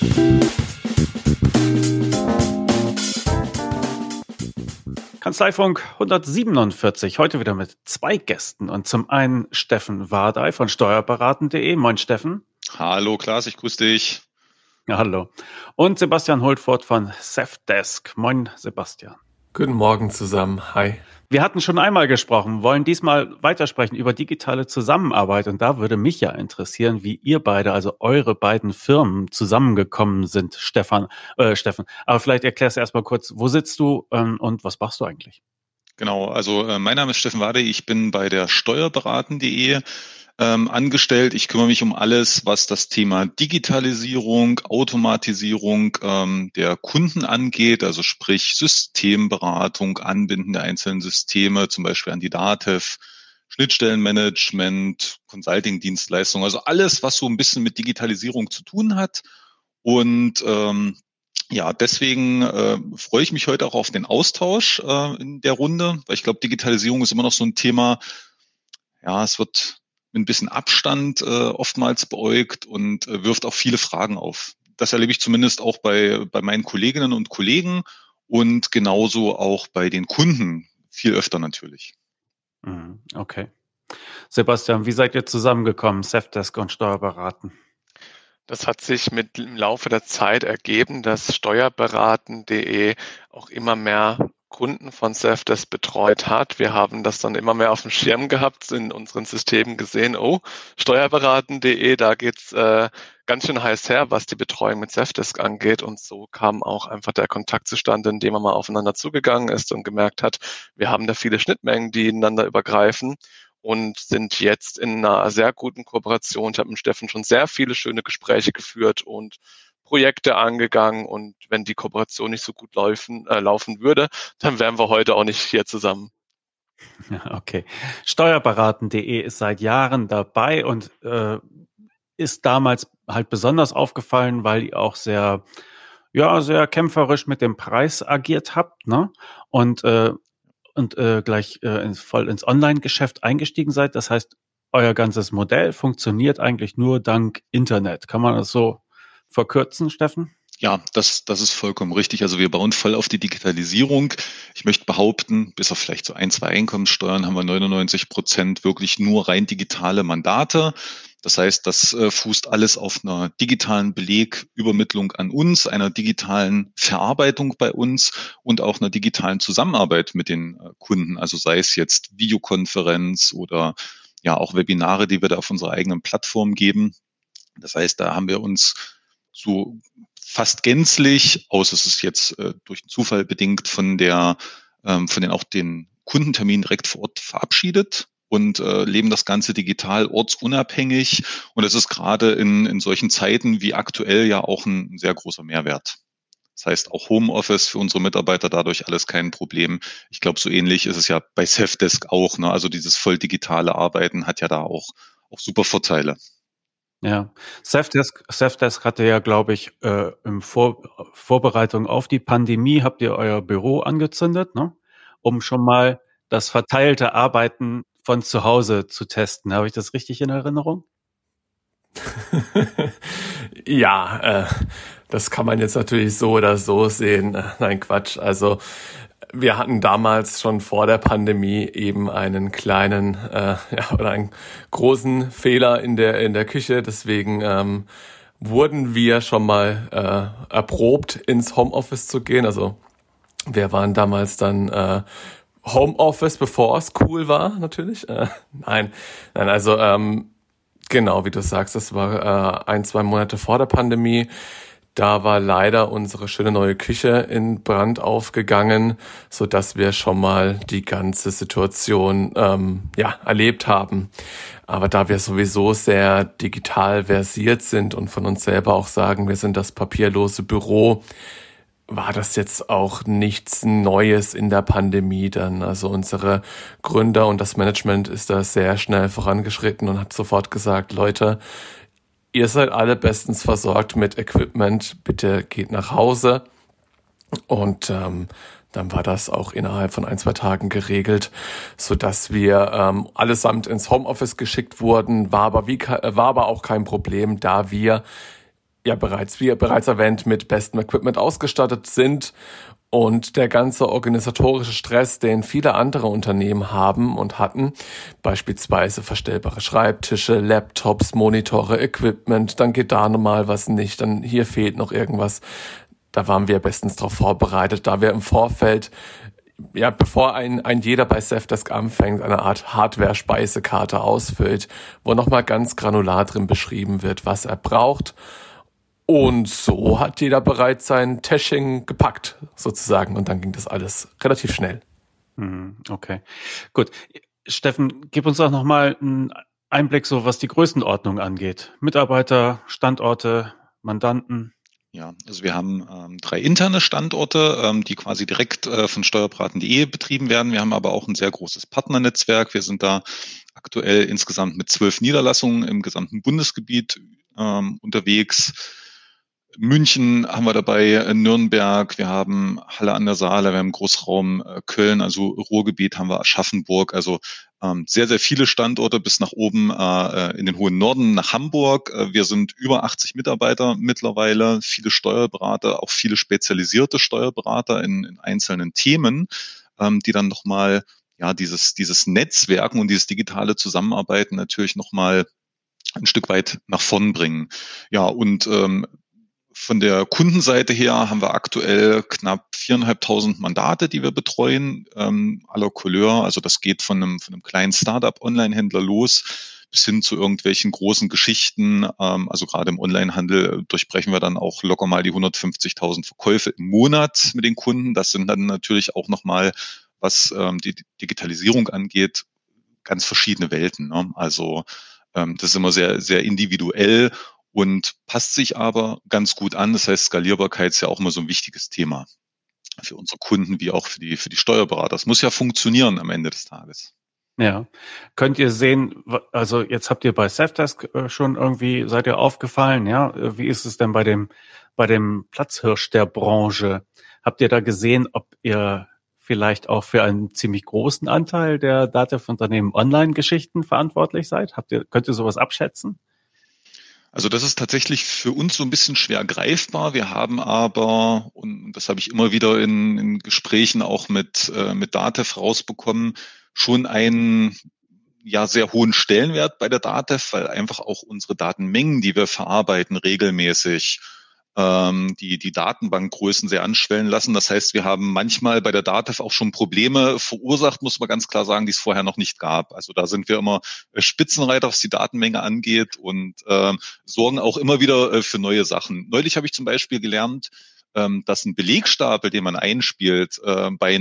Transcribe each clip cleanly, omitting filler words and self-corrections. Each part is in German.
Kanzleifunk 147, heute wieder mit 2 Gästen und zum einen Steffen Wardey von steuerberaten.de. Moin Steffen. Hallo Klaas, ich grüße dich. Ja, hallo. Und Sebastian Holtfort von Safdesk. Moin Sebastian. Guten Morgen zusammen, hi. Wir hatten schon einmal gesprochen, wollen diesmal weitersprechen über digitale Zusammenarbeit und da würde mich ja interessieren, wie ihr beide, also eure beiden Firmen zusammengekommen sind, Steffen. Aber vielleicht erklärst du erstmal kurz, wo sitzt du und was machst du eigentlich? Genau, also mein Name ist Steffen Wardey, ich bin bei der steuerberaten.de angestellt. Ich kümmere mich um alles, was das Thema Digitalisierung, Automatisierung der Kunden angeht, also sprich Systemberatung, Anbinden der einzelnen Systeme, zum Beispiel an die DATEV, Schnittstellenmanagement, Consulting-Dienstleistungen, also alles, was so ein bisschen mit Digitalisierung zu tun hat. Und deswegen freue ich mich heute auch auf den Austausch in der Runde, weil ich glaube, Digitalisierung ist immer noch so ein Thema, ja, es wird mit ein bisschen Abstand oftmals beäugt und wirft auch viele Fragen auf. Das erlebe ich zumindest auch bei meinen Kolleginnen und Kollegen und genauso auch bei den Kunden viel öfter natürlich. Okay. Sebastian, wie seid ihr zusammengekommen, Safdesk und Steuerberaten? Das hat sich im Laufe der Zeit ergeben, dass steuerberaten.de auch immer mehr Kunden von Safdesk betreut hat. Wir haben das dann immer mehr auf dem Schirm gehabt, in unseren Systemen gesehen, steuerberaten.de, da geht's ganz schön heiß her, was die Betreuung mit Safdesk angeht. Und so kam auch einfach der Kontakt zustande, indem man mal aufeinander zugegangen ist und gemerkt hat, wir haben da viele Schnittmengen, die ineinander übergreifen und sind jetzt in einer sehr guten Kooperation. Ich habe mit Steffen schon sehr viele schöne Gespräche geführt und Projekte angegangen, und wenn die Kooperation nicht so gut laufen würde, dann wären wir heute auch nicht hier zusammen. Okay. Steuerberaten.de ist seit Jahren dabei und ist damals halt besonders aufgefallen, weil ihr auch sehr kämpferisch mit dem Preis agiert habt, ne? Und gleich voll ins Online-Geschäft eingestiegen seid. Das heißt, euer ganzes Modell funktioniert eigentlich nur dank Internet. Kann man das so verkürzen, Steffen? Ja, das ist vollkommen richtig. Also wir bauen voll auf die Digitalisierung. Ich möchte behaupten, bis auf vielleicht so 1, 2 Einkommenssteuern haben wir 99% wirklich nur rein digitale Mandate. Das heißt, das fußt alles auf einer digitalen Belegübermittlung an uns, einer digitalen Verarbeitung bei uns und auch einer digitalen Zusammenarbeit mit den Kunden. Also sei es jetzt Videokonferenz oder ja auch Webinare, die wir da auf unserer eigenen Plattform geben. Das heißt, da haben wir uns so fast gänzlich, außer es ist jetzt durch den Zufall bedingt von den auch den Kundentermin direkt vor Ort verabschiedet und leben das Ganze digital ortsunabhängig. Und das ist gerade in solchen Zeiten wie aktuell ja auch ein sehr großer Mehrwert. Das heißt, auch Homeoffice für unsere Mitarbeiter dadurch alles kein Problem. Ich glaube, so ähnlich ist es ja bei Safdesk auch, ne? Also dieses voll digitale Arbeiten hat ja da auch super Vorteile. Ja, Safdesk hatte ja, glaube ich, in Vorbereitung auf die Pandemie habt ihr euer Büro angezündet, ne? Um schon mal das verteilte Arbeiten von zu Hause zu testen. Habe ich das richtig in Erinnerung? Ja, das kann man jetzt natürlich so oder so sehen. Nein, Quatsch. Also wir hatten damals schon vor der Pandemie eben einen kleinen oder einen großen Fehler in der Küche. Deswegen wurden wir schon mal erprobt, ins Homeoffice zu gehen. Also wir waren damals dann Homeoffice, bevor es cool war, natürlich. Nein, also genau, wie du sagst, das war 1, 2 Monate vor der Pandemie. Da war leider unsere schöne neue Küche in Brand aufgegangen, so dass wir schon mal die ganze Situation erlebt haben. Aber da wir sowieso sehr digital versiert sind und von uns selber auch sagen, wir sind das papierlose Büro, war das jetzt auch nichts Neues in der Pandemie dann. Also unsere Gründer und das Management ist da sehr schnell vorangeschritten und hat sofort gesagt, Leute, ihr seid alle bestens versorgt mit Equipment, bitte geht nach Hause. Und dann war das auch innerhalb von 1, 2 Tagen geregelt, so dass wir allesamt ins Homeoffice geschickt wurden. War aber auch kein Problem, da wir ja wie bereits erwähnt, mit bestem Equipment ausgestattet sind. Und der ganze organisatorische Stress, den viele andere Unternehmen haben und hatten, beispielsweise verstellbare Schreibtische, Laptops, Monitore, Equipment, dann geht da nochmal was nicht, dann hier fehlt noch irgendwas. Da waren wir bestens darauf vorbereitet, da wir im Vorfeld, ja, bevor ein jeder bei Safdesk anfängt, eine Art Hardware-Speisekarte ausfüllt, wo nochmal ganz granular drin beschrieben wird, was er braucht. Und so hat jeder bereits sein Täschchen gepackt, sozusagen. Und dann ging das alles relativ schnell. Okay, gut. Steffen, gib uns doch nochmal einen Einblick, so was die Größenordnung angeht. Mitarbeiter, Standorte, Mandanten. Ja, also wir haben 3 interne Standorte, die quasi direkt von steuerberaten.de betrieben werden. Wir haben aber auch ein sehr großes Partnernetzwerk. Wir sind da aktuell insgesamt mit 12 Niederlassungen im gesamten Bundesgebiet unterwegs. München haben wir dabei, Nürnberg, wir haben Halle an der Saale, wir haben Großraum Köln, also Ruhrgebiet haben wir Aschaffenburg, also sehr, sehr viele Standorte bis nach oben in den hohen Norden, nach Hamburg. Wir sind über 80 Mitarbeiter mittlerweile, viele Steuerberater, auch viele spezialisierte Steuerberater in einzelnen Themen, die dann nochmal dieses Netzwerken und dieses digitale Zusammenarbeiten natürlich nochmal ein Stück weit nach vorn bringen. Ja, und von der Kundenseite her haben wir aktuell knapp 4.500 Mandate, die wir betreuen, aller Couleur. Also das geht von einem kleinen Startup-Online-Händler los bis hin zu irgendwelchen großen Geschichten. Also gerade im Onlinehandel durchbrechen wir dann auch locker mal die 150.000 Verkäufe im Monat mit den Kunden. Das sind dann natürlich auch nochmal, was die Digitalisierung angeht, ganz verschiedene Welten, ne? Also das ist immer sehr, sehr individuell und passt sich aber ganz gut an. Das heißt, Skalierbarkeit ist ja auch immer so ein wichtiges Thema für unsere Kunden wie auch für die Steuerberater. Das muss ja funktionieren am Ende des Tages. Ja. Könnt ihr sehen, also jetzt habt ihr bei Safdesk schon irgendwie, seid ihr aufgefallen, ja? Wie ist es denn bei dem Platzhirsch der Branche? Habt ihr da gesehen, ob ihr vielleicht auch für einen ziemlich großen Anteil der DATEV-Unternehmen Online-Geschichten verantwortlich seid? Könnt ihr sowas abschätzen? Also das ist tatsächlich für uns so ein bisschen schwer greifbar. Wir haben aber, und das habe ich immer wieder in Gesprächen auch mit DATEV rausbekommen, schon einen sehr hohen Stellenwert bei der DATEV, weil einfach auch unsere Datenmengen, die wir verarbeiten, regelmäßig die Datenbankgrößen sehr anschwellen lassen. Das heißt, wir haben manchmal bei der DATEV auch schon Probleme verursacht, muss man ganz klar sagen, die es vorher noch nicht gab. Also da sind wir immer Spitzenreiter, was die Datenmenge angeht und sorgen auch immer wieder für neue Sachen. Neulich habe ich zum Beispiel gelernt, dass ein Belegstapel, den man einspielt, bei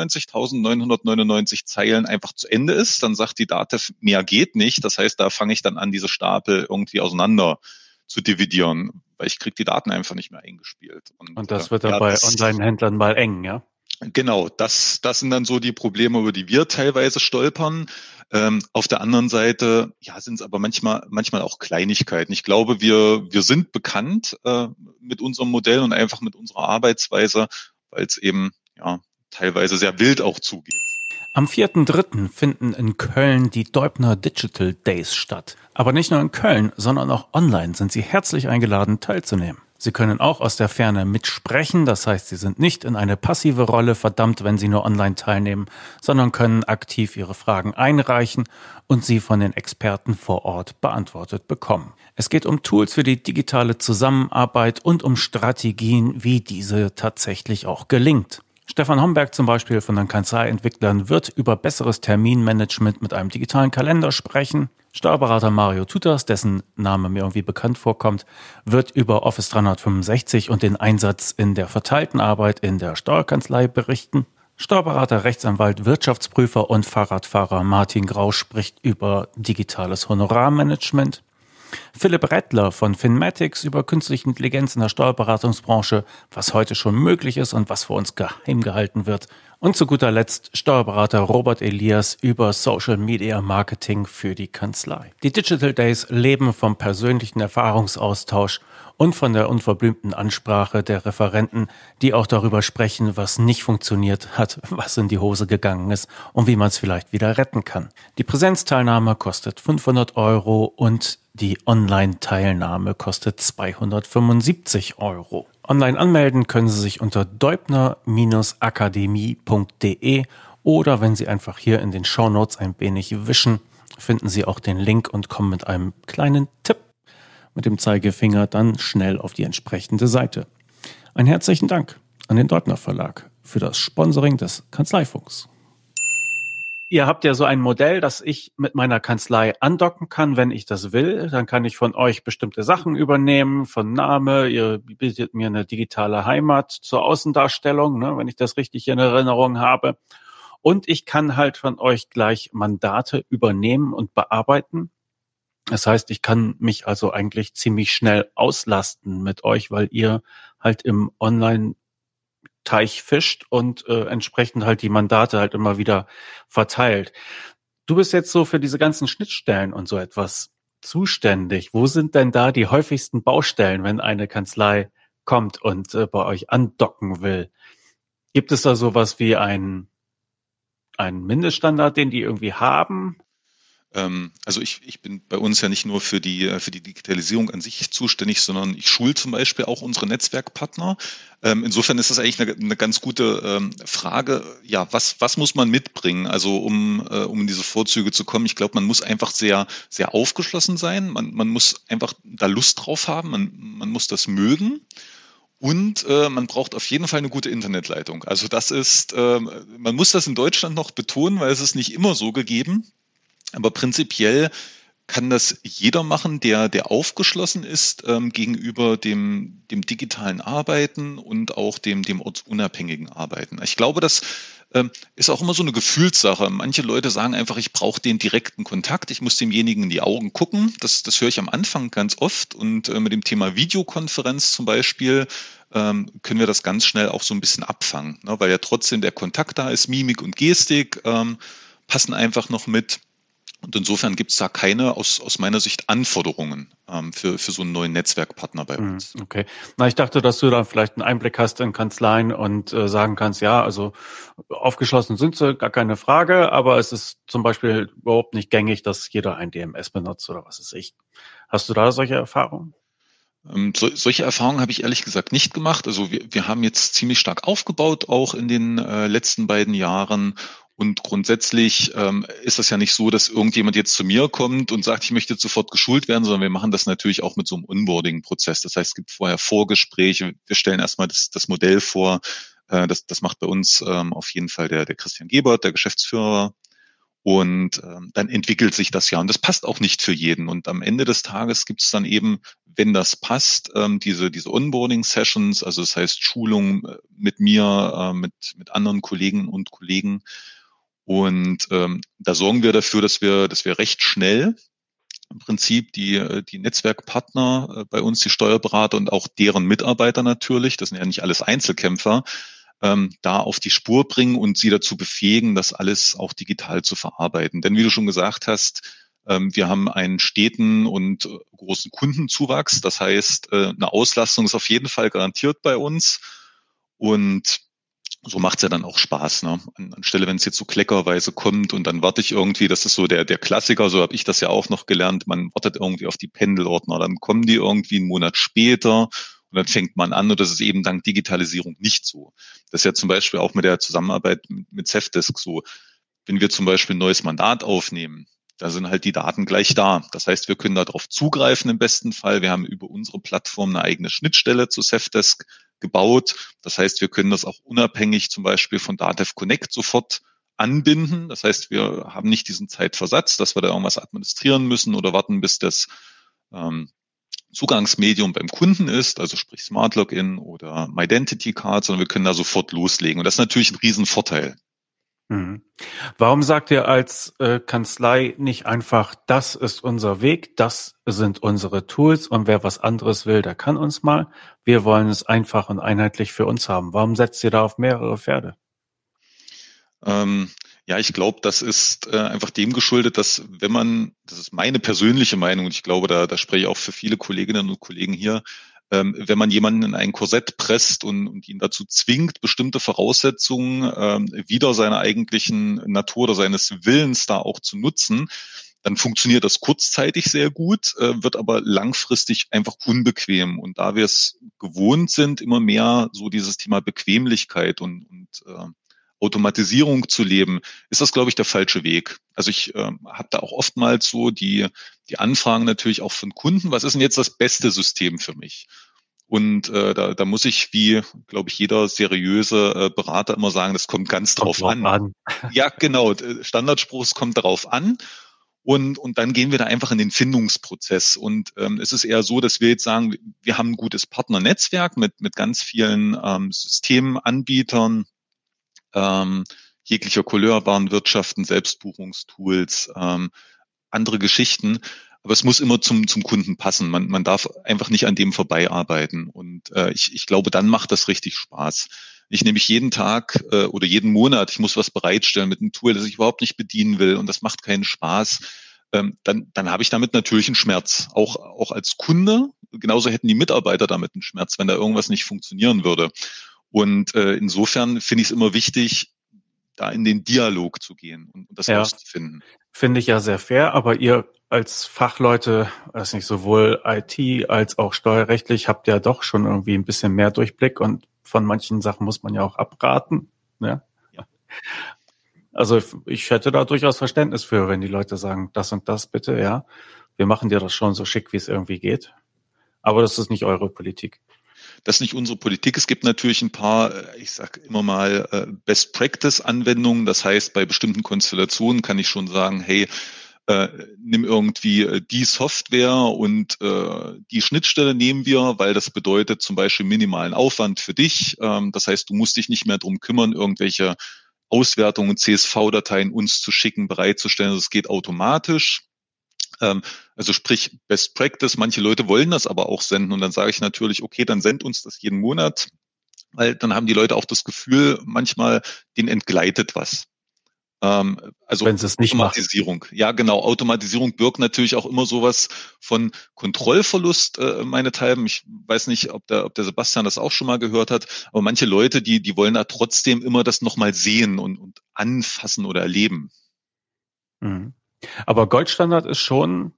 99.999 Zeilen einfach zu Ende ist. Dann sagt die DATEV, mehr geht nicht. Das heißt, da fange ich dann an, diese Stapel irgendwie auseinander zu dividieren, weil ich kriege die Daten einfach nicht mehr eingespielt. Und das wird dann bei Online-Händlern mal eng, ja? Genau, das sind dann so die Probleme, über die wir teilweise stolpern. Auf der anderen Seite, sind es aber manchmal auch Kleinigkeiten. Ich glaube, wir sind bekannt mit unserem Modell und einfach mit unserer Arbeitsweise, weil es eben teilweise sehr wild auch zugeht. Am 4.3. finden in Köln die Deubner Digital Days statt. Aber nicht nur in Köln, sondern auch online sind Sie herzlich eingeladen, teilzunehmen. Sie können auch aus der Ferne mitsprechen, das heißt, Sie sind nicht in eine passive Rolle verdammt, wenn Sie nur online teilnehmen, sondern können aktiv Ihre Fragen einreichen und sie von den Experten vor Ort beantwortet bekommen. Es geht um Tools für die digitale Zusammenarbeit und um Strategien, wie diese tatsächlich auch gelingt. Stefan Homberg zum Beispiel von den Kanzleientwicklern wird über besseres Terminmanagement mit einem digitalen Kalender sprechen. Steuerberater Mario Tutas, dessen Name mir irgendwie bekannt vorkommt, wird über Office 365 und den Einsatz in der verteilten Arbeit in der Steuerkanzlei berichten. Steuerberater, Rechtsanwalt, Wirtschaftsprüfer und Fahrradfahrer Martin Grau spricht über digitales Honorarmanagement. Philipp Rettler von Finmatics über künstliche Intelligenz in der Steuerberatungsbranche, was heute schon möglich ist und was für uns geheim gehalten wird Und zu guter Letzt Steuerberater Robert Elias über Social Media Marketing für die Kanzlei. Die Digital Days leben vom persönlichen Erfahrungsaustausch und von der unverblümten Ansprache der Referenten, die auch darüber sprechen, was nicht funktioniert hat, was in die Hose gegangen ist und wie man es vielleicht wieder retten kann. Die Präsenzteilnahme kostet 500 € und die Online-Teilnahme kostet 275 €. Online anmelden können Sie sich unter deubner-akademie.de oder wenn Sie einfach hier in den Shownotes ein wenig wischen, finden Sie auch den Link und kommen mit einem kleinen Tipp mit dem Zeigefinger dann schnell auf die entsprechende Seite. Einen herzlichen Dank an den Deubner Verlag für das Sponsoring des Kanzleifunks. Ihr habt ja so ein Modell, dass ich mit meiner Kanzlei andocken kann, wenn ich das will. Dann kann ich von euch bestimmte Sachen übernehmen, von Name. Ihr bietet mir eine digitale Heimat zur Außendarstellung, ne, wenn ich das richtig in Erinnerung habe. Und ich kann halt von euch gleich Mandate übernehmen und bearbeiten. Das heißt, ich kann mich also eigentlich ziemlich schnell auslasten mit euch, weil ihr halt im Online-Teich fischt und entsprechend halt die Mandate halt immer wieder verteilt. Du bist jetzt so für diese ganzen Schnittstellen und so etwas zuständig. Wo sind denn da die häufigsten Baustellen, wenn eine Kanzlei kommt und bei euch andocken will? Gibt es da sowas wie einen Mindeststandard, den die irgendwie haben? Also ich bin bei uns ja nicht nur für die Digitalisierung an sich zuständig, sondern ich schule zum Beispiel auch unsere Netzwerkpartner. Insofern ist das eigentlich eine ganz gute Frage. Ja, was muss man mitbringen? Also um in diese Vorzüge zu kommen, ich glaube, man muss einfach sehr, sehr aufgeschlossen sein. Man muss einfach da Lust drauf haben. Man muss das mögen. Und man braucht auf jeden Fall eine gute Internetleitung. Also das ist, man muss das in Deutschland noch betonen, weil es ist nicht immer so gegeben. Aber prinzipiell kann das jeder machen, der aufgeschlossen ist gegenüber dem digitalen Arbeiten und auch dem ortsunabhängigen Arbeiten. Ich glaube, das ist auch immer so eine Gefühlssache. Manche Leute sagen einfach, ich brauche den direkten Kontakt, ich muss demjenigen in die Augen gucken. Das höre ich am Anfang ganz oft. Und mit dem Thema Videokonferenz zum Beispiel können wir das ganz schnell auch so ein bisschen abfangen, ne? Weil ja trotzdem der Kontakt da ist, Mimik und Gestik passen einfach noch mit. Und insofern gibt es da keine, aus meiner Sicht, Anforderungen für so einen neuen Netzwerkpartner bei uns. Okay. Na, ich dachte, dass du da vielleicht einen Einblick hast in Kanzleien und sagen kannst, ja, also aufgeschlossen sind sie, gar keine Frage, aber es ist zum Beispiel überhaupt nicht gängig, dass jeder ein DMS benutzt oder was weiß ich. Hast du da solche Erfahrungen? Solche Erfahrungen habe ich ehrlich gesagt nicht gemacht. Also wir haben jetzt ziemlich stark aufgebaut, auch in den letzten beiden Jahren. Und grundsätzlich ist das ja nicht so, dass irgendjemand jetzt zu mir kommt und sagt, ich möchte jetzt sofort geschult werden, sondern wir machen das natürlich auch mit so einem Onboarding-Prozess. Das heißt, es gibt vorher Vorgespräche. Wir stellen erstmal das Modell vor. Das macht bei uns auf jeden Fall der Christian Gebert, der Geschäftsführer. Und dann entwickelt sich das ja. Und das passt auch nicht für jeden. Und am Ende des Tages gibt es dann eben, wenn das passt, diese Onboarding-Sessions, also das heißt Schulungen mit mir, mit anderen Kolleginnen und Kollegen. Und da sorgen wir dafür, dass wir recht schnell im Prinzip die Netzwerkpartner bei uns, die Steuerberater und auch deren Mitarbeiter natürlich, das sind ja nicht alles Einzelkämpfer, da auf die Spur bringen und sie dazu befähigen, das alles auch digital zu verarbeiten. Denn wie du schon gesagt hast, wir haben einen steten und großen Kundenzuwachs. Das heißt, eine Auslastung ist auf jeden Fall garantiert bei uns. Und so macht's ja dann auch Spaß, ne? Anstelle, wenn es jetzt so kleckerweise kommt und dann warte ich irgendwie, das ist so der Klassiker, so habe ich das ja auch noch gelernt, man wartet irgendwie auf die Pendelordner, dann kommen die irgendwie einen Monat später und dann fängt man an und das ist eben dank Digitalisierung nicht so. Das ist ja zum Beispiel auch mit der Zusammenarbeit mit Safdesk so. Wenn wir zum Beispiel ein neues Mandat aufnehmen, da sind halt die Daten gleich da. Das heißt, wir können darauf zugreifen im besten Fall. Wir haben über unsere Plattform eine eigene Schnittstelle zu Safdesk gebaut. Das heißt, wir können das auch unabhängig zum Beispiel von Datev Connect sofort anbinden. Das heißt, wir haben nicht diesen Zeitversatz, dass wir da irgendwas administrieren müssen oder warten, bis das Zugangsmedium beim Kunden ist, also sprich Smart Login oder Mydentity Card, sondern wir können da sofort loslegen. Und das ist natürlich ein Riesenvorteil. Mhm. Warum sagt ihr als Kanzlei nicht einfach, das ist unser Weg, das sind unsere Tools und wer was anderes will, der kann uns mal. Wir wollen es einfach und einheitlich für uns haben. Warum setzt ihr da auf mehrere Pferde? Ja, ich glaube, das ist einfach dem geschuldet, dass wenn man, das ist meine persönliche Meinung und ich glaube, da spreche ich auch für viele Kolleginnen und Kollegen hier, wenn man jemanden in ein Korsett presst und ihn dazu zwingt, bestimmte Voraussetzungen wider seiner eigentlichen Natur oder seines Willens da auch zu nutzen, dann funktioniert das kurzzeitig sehr gut, wird aber langfristig einfach unbequem. Und da wir es gewohnt sind, immer mehr so dieses Thema Bequemlichkeit und Automatisierung zu leben, ist das, glaube ich, der falsche Weg. Also ich habe da auch oftmals so die Anfragen natürlich auch von Kunden, was ist denn jetzt das beste System für mich? Und da muss ich, wie, glaube ich, jeder seriöse Berater immer sagen, das kommt ganz drauf an. Ja, genau. Standardspruch, es kommt darauf an. Und dann gehen wir da einfach in den Findungsprozess. Und es ist eher so, dass wir jetzt sagen, wir haben ein gutes Partnernetzwerk mit ganz vielen Systemanbietern, jeglicher Couleurwarenwirtschaften, Selbstbuchungstools, andere Geschichten. Aber es muss immer zum Kunden passen. Man darf einfach nicht an dem vorbeiarbeiten. Und ich glaube, dann macht das richtig Spaß. Ich nehme mich jeden Tag oder jeden Monat, ich muss was bereitstellen mit einem Tool, das ich überhaupt nicht bedienen will und das macht keinen Spaß. Dann habe ich damit natürlich einen Schmerz. Auch als Kunde, genauso hätten die Mitarbeiter damit einen Schmerz, wenn da irgendwas nicht funktionieren würde. Und insofern finde ich es immer wichtig, da in den Dialog zu gehen und das rauszufinden. Finde ich ja sehr fair, aber ihr als Fachleute, weiß nicht, sowohl IT als auch steuerrechtlich, habt ja doch schon irgendwie ein bisschen mehr Durchblick und von manchen Sachen muss man ja auch abraten. Ne? Ja. Also ich hätte da durchaus Verständnis für, wenn die Leute sagen, das und das bitte, ja. Wir machen dir das schon so schick, wie es irgendwie geht. Aber das ist nicht eure Politik. Das ist nicht unsere Politik. Es gibt natürlich ein paar, ich sage immer mal, Best-Practice-Anwendungen. Das heißt, bei bestimmten Konstellationen kann ich schon sagen, hey, nimm irgendwie die Software und die Schnittstelle nehmen wir, weil das bedeutet zum Beispiel minimalen Aufwand für dich. Das heißt, du musst dich nicht mehr drum kümmern, irgendwelche Auswertungen, CSV-Dateien uns zu schicken, bereitzustellen. Das geht automatisch. Also sprich Best Practice. Manche Leute wollen das aber auch senden und dann sage ich natürlich, okay, dann send uns das jeden Monat, weil dann haben die Leute auch das Gefühl, manchmal denen entgleitet was. Also wenn sie es nicht Automatisierung. Machen. Ja, genau. Automatisierung birgt natürlich auch immer sowas von Kontrollverlust, meinethalben. Ich weiß nicht, ob der Sebastian das auch schon mal gehört hat, aber manche Leute, die wollen da trotzdem immer das nochmal sehen und anfassen oder erleben. Mhm. Aber Goldstandard ist schon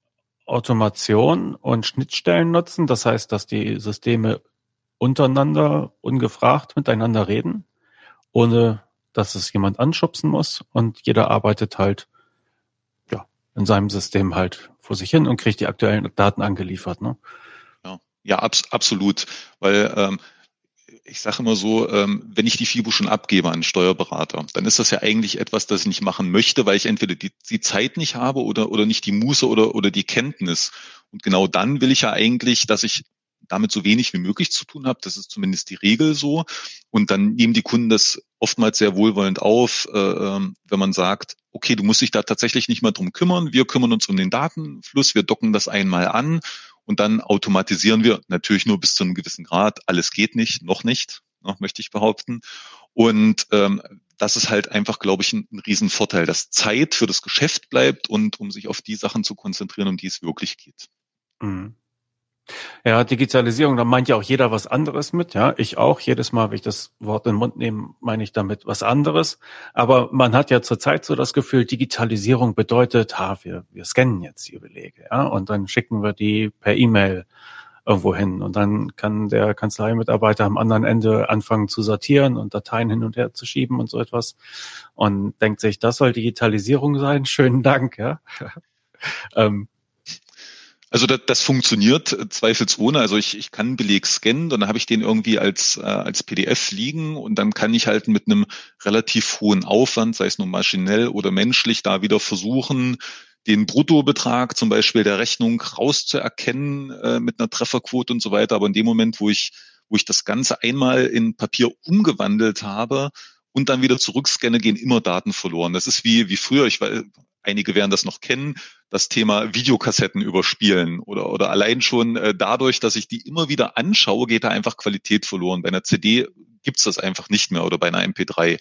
Automation und Schnittstellen nutzen. Das heißt, dass die Systeme untereinander ungefragt miteinander reden, ohne dass es jemand anschubsen muss. Und jeder arbeitet halt in seinem System halt vor sich hin und kriegt die aktuellen Daten angeliefert. Ne? Ja, absolut. Weil ich sage immer so, wenn ich die FIBO schon abgebe an einen Steuerberater, dann ist das ja eigentlich etwas, das ich nicht machen möchte, weil ich entweder die Zeit nicht habe oder nicht die Muße oder die Kenntnis. Und genau dann will ich ja eigentlich, dass ich damit so wenig wie möglich zu tun habe. Das ist zumindest die Regel so. Und dann nehmen die Kunden das oftmals sehr wohlwollend auf, wenn man sagt, okay, du musst dich da tatsächlich nicht mehr drum kümmern. Wir kümmern uns um den Datenfluss, wir docken das einmal an. Und dann automatisieren wir natürlich nur bis zu einem gewissen Grad. Alles geht nicht, noch nicht, möchte ich behaupten. Und das ist halt einfach, glaube ich, ein Riesenvorteil, dass Zeit für das Geschäft bleibt und um sich auf die Sachen zu konzentrieren, um die es wirklich geht. Mhm. Ja, Digitalisierung, da meint ja auch jeder was anderes mit. Ja, ich auch. Jedes Mal, wenn ich das Wort in den Mund nehme, meine ich damit was anderes. Aber man hat ja zurzeit so das Gefühl, Digitalisierung bedeutet, wir scannen jetzt die Belege, ja, und dann schicken wir die per E-Mail irgendwo hin. Und dann kann der Kanzleimitarbeiter am anderen Ende anfangen zu sortieren und Dateien hin und her zu schieben und so etwas. Und denkt sich, das soll Digitalisierung sein? Schönen Dank, ja. Also das funktioniert zweifelsohne. Also ich kann einen Beleg scannen, dann habe ich den irgendwie als PDF liegen und dann kann ich halt mit einem relativ hohen Aufwand, sei es nur maschinell oder menschlich, da wieder versuchen, den Bruttobetrag zum Beispiel der Rechnung rauszuerkennen mit einer Trefferquote und so weiter. Aber in dem Moment, wo ich das Ganze einmal in Papier umgewandelt habe und dann wieder zurückscanne, gehen immer Daten verloren. Das ist wie früher, einige werden das noch kennen, das Thema Videokassetten überspielen oder allein schon dadurch, dass ich die immer wieder anschaue, geht da einfach Qualität verloren. Bei einer CD gibt's das einfach nicht mehr oder bei einer MP3. Die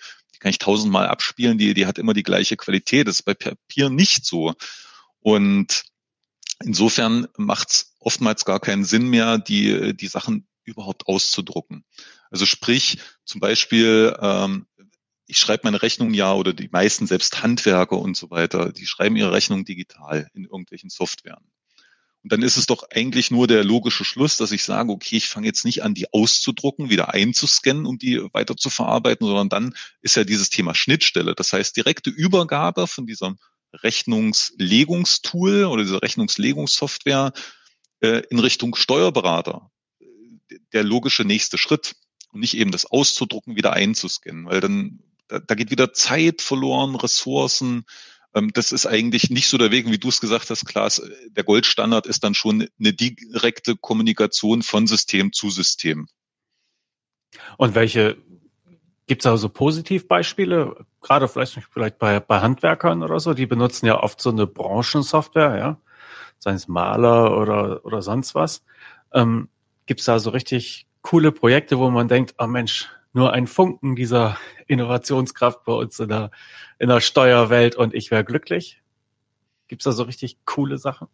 kann ich 1000-mal abspielen, die hat immer die gleiche Qualität. Das ist bei Papier nicht so. Und insofern macht es oftmals gar keinen Sinn mehr, die Sachen überhaupt auszudrucken. Also sprich, zum Beispiel, ich schreibe meine Rechnung oder die meisten, selbst Handwerker und so weiter, die schreiben ihre Rechnung digital in irgendwelchen Softwaren. Und dann ist es doch eigentlich nur der logische Schluss, dass ich sage, okay, ich fange jetzt nicht an, die auszudrucken, wieder einzuscannen, um die weiter zu verarbeiten, sondern dann ist ja dieses Thema Schnittstelle. Das heißt, direkte Übergabe von diesem Rechnungslegungstool oder dieser Rechnungslegungssoftware in Richtung Steuerberater. Der logische nächste Schritt und nicht eben das auszudrucken, wieder einzuscannen, weil dann da geht wieder Zeit verloren, Ressourcen. Das ist eigentlich nicht so der Weg, wie du es gesagt hast, Klaas. Der Goldstandard ist dann schon eine direkte Kommunikation von System zu System. Und gibt's da so Positivbeispiele? Gerade vielleicht bei Handwerkern oder so, die benutzen ja oft so eine Branchensoftware, ja, seien es Maler oder sonst was. Gibt's da so richtig coole Projekte, wo man denkt, oh Mensch, nur ein Funken dieser Innovationskraft bei uns in der Steuerwelt und ich wäre glücklich? Gibt's da so richtig coole Sachen?